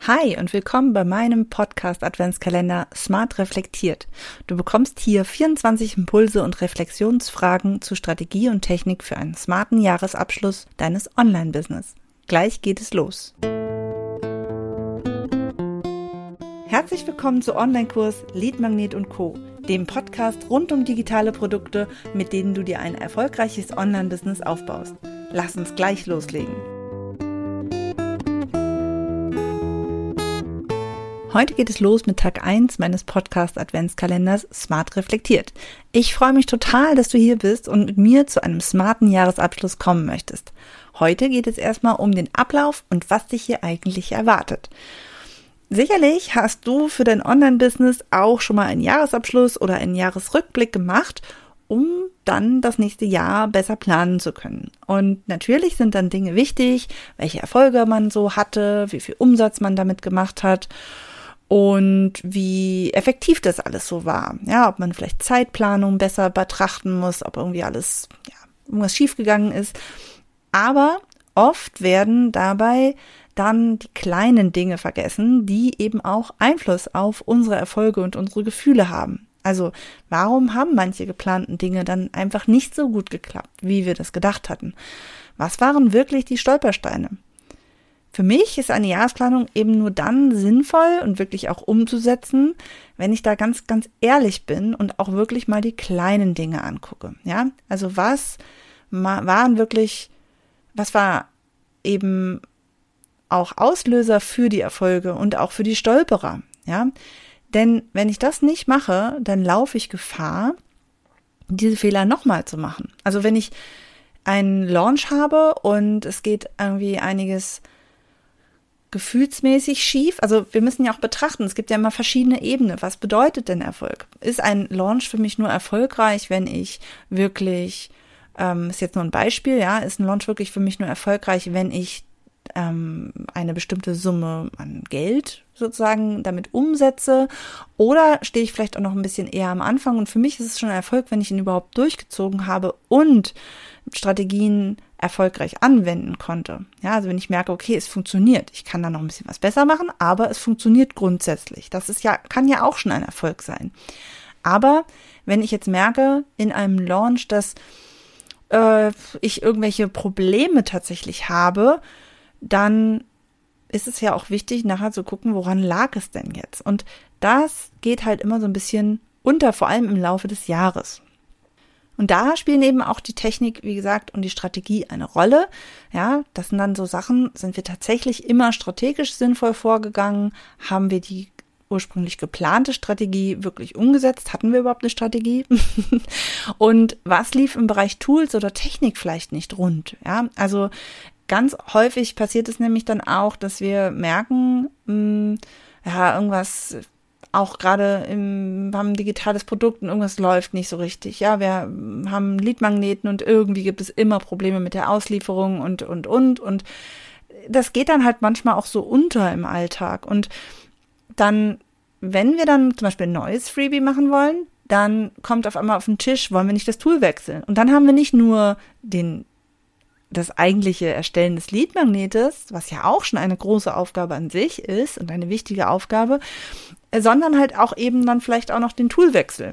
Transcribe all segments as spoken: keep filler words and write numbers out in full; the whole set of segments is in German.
Hi und willkommen bei meinem Podcast-Adventskalender Smart Reflektiert. Du bekommst hier vierundzwanzig Impulse und Reflexionsfragen zu Strategie und Technik für einen smarten Jahresabschluss deines Online-Business. Gleich geht es los. Herzlich willkommen zu Online-Kurs Lead Magnet und Co., dem Podcast rund um digitale Produkte, mit denen du dir ein erfolgreiches Online-Business aufbaust. Lass uns gleich loslegen. Heute geht es los mit Tag eins meines Podcast-Adventskalenders Smart Reflektiert. Ich freue mich total, dass du hier bist und mit mir zu einem smarten Jahresabschluss kommen möchtest. Heute geht es erstmal um den Ablauf und was dich hier eigentlich erwartet. Sicherlich hast du für dein Online-Business auch schon mal einen Jahresabschluss oder einen Jahresrückblick gemacht, um dann das nächste Jahr besser planen zu können. Und natürlich sind dann Dinge wichtig, welche Erfolge man so hatte, wie viel Umsatz man damit gemacht hat und wie effektiv das alles so war. Ja, ob man vielleicht Zeitplanung besser betrachten muss, ob irgendwie alles, ja, irgendwas schiefgegangen ist. Aber oft werden dabei dann die kleinen Dinge vergessen, die eben auch Einfluss auf unsere Erfolge und unsere Gefühle haben. Also, warum haben manche geplanten Dinge dann einfach nicht so gut geklappt, wie wir das gedacht hatten? Was waren wirklich die Stolpersteine? Für mich ist eine Jahresplanung eben nur dann sinnvoll und wirklich auch umzusetzen, wenn ich da ganz, ganz ehrlich bin und auch wirklich mal die kleinen Dinge angucke. Ja, also was waren wirklich, was war eben auch Auslöser für die Erfolge und auch für die Stolperer? Ja, denn wenn ich das nicht mache, dann laufe ich Gefahr, diese Fehler nochmal zu machen. Also wenn ich einen Launch habe und es geht irgendwie einiges gefühlsmäßig schief. Also wir müssen ja auch betrachten, es gibt ja immer verschiedene Ebenen. Was bedeutet denn Erfolg? Ist ein Launch für mich nur erfolgreich, wenn ich wirklich, ähm, ist jetzt nur ein Beispiel, ja, ist ein Launch wirklich für mich nur erfolgreich, wenn ich ähm, eine bestimmte Summe an Geld sozusagen damit umsetze? Oder stehe ich vielleicht auch noch ein bisschen eher am Anfang? Und für mich ist es schon ein Erfolg, wenn ich ihn überhaupt durchgezogen habe und Strategien erfolgreich anwenden konnte. Ja, also wenn ich merke, okay, es funktioniert, ich kann da noch ein bisschen was besser machen, aber es funktioniert grundsätzlich. Das ist ja, kann ja auch schon ein Erfolg sein. Aber wenn ich jetzt merke in einem Launch, dass äh, ich irgendwelche Probleme tatsächlich habe, dann ist es ja auch wichtig, nachher zu gucken, woran lag es denn jetzt? Und das geht halt immer so ein bisschen unter, vor allem im Laufe des Jahres. Und da spielen eben auch die Technik, wie gesagt, und die Strategie eine Rolle. Ja, das sind dann so Sachen, sind wir tatsächlich immer strategisch sinnvoll vorgegangen? Haben wir die ursprünglich geplante Strategie wirklich umgesetzt? Hatten wir überhaupt eine Strategie? Und was lief im Bereich Tools oder Technik vielleicht nicht rund? Ja, also ganz häufig passiert es nämlich dann auch, dass wir merken, mh, ja, irgendwas auch gerade im, wir haben ein digitales Produkt und irgendwas läuft nicht so richtig. Ja, wir haben Leadmagneten und irgendwie gibt es immer Probleme mit der Auslieferung und, und, und. Und das geht dann halt manchmal auch so unter im Alltag. Und dann, wenn wir dann zum Beispiel ein neues Freebie machen wollen, dann kommt auf einmal auf den Tisch, wollen wir nicht das Tool wechseln. Und dann haben wir nicht nur den das eigentliche Erstellen des Leadmagnetes, was ja auch schon eine große Aufgabe an sich ist und eine wichtige Aufgabe, sondern halt auch eben dann vielleicht auch noch den Toolwechsel.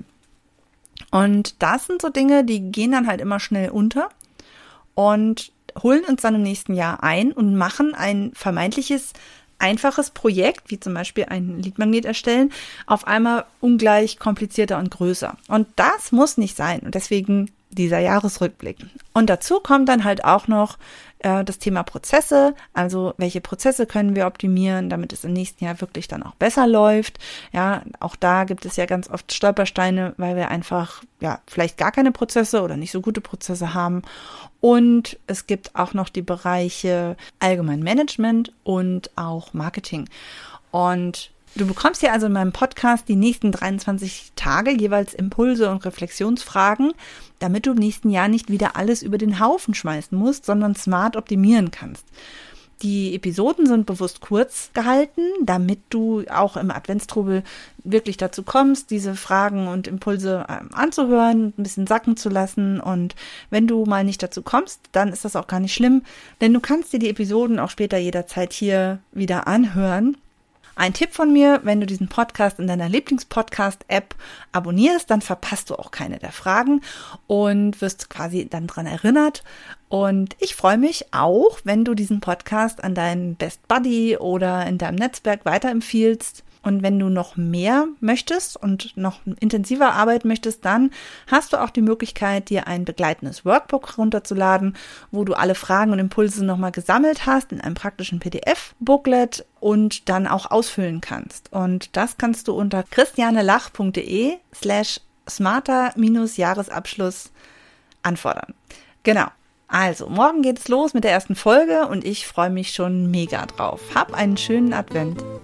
Und das sind so Dinge, die gehen dann halt immer schnell unter und holen uns dann im nächsten Jahr ein und machen ein vermeintliches einfaches Projekt, wie zum Beispiel ein Leadmagnet erstellen, auf einmal ungleich komplizierter und größer. Und das muss nicht sein. Und deswegen dieser Jahresrückblick. Und dazu kommt dann halt auch noch äh, das Thema Prozesse, also welche Prozesse können wir optimieren, damit es im nächsten Jahr wirklich dann auch besser läuft. Ja, auch da gibt es ja ganz oft Stolpersteine, weil wir einfach ja vielleicht gar keine Prozesse oder nicht so gute Prozesse haben. Und es gibt auch noch die Bereiche allgemein Management und auch Marketing. Und du bekommst hier also in meinem Podcast die nächsten dreiundzwanzig Tage jeweils Impulse und Reflexionsfragen, damit du im nächsten Jahr nicht wieder alles über den Haufen schmeißen musst, sondern smart optimieren kannst. Die Episoden sind bewusst kurz gehalten, damit du auch im Adventstrubel wirklich dazu kommst, diese Fragen und Impulse anzuhören, ein bisschen sacken zu lassen. Und wenn du mal nicht dazu kommst, dann ist das auch gar nicht schlimm, denn du kannst dir die Episoden auch später jederzeit hier wieder anhören. Ein Tipp von mir, wenn du diesen Podcast in deiner Lieblingspodcast-App abonnierst, dann verpasst du auch keine der Fragen und wirst quasi dann dran erinnert. Und ich freue mich auch, wenn du diesen Podcast an deinen Best Buddy oder in deinem Netzwerk weiterempfiehlst. Und wenn du noch mehr möchtest und noch intensiver arbeiten möchtest, dann hast du auch die Möglichkeit, dir ein begleitendes Workbook runterzuladen, wo du alle Fragen und Impulse nochmal gesammelt hast in einem praktischen P D F-Booklet und dann auch ausfüllen kannst. Und das kannst du unter christianelach.de slash smarter minus Jahresabschluss anfordern. Genau. Also, morgen geht es los mit der ersten Folge und ich freue mich schon mega drauf. Hab einen schönen Advent.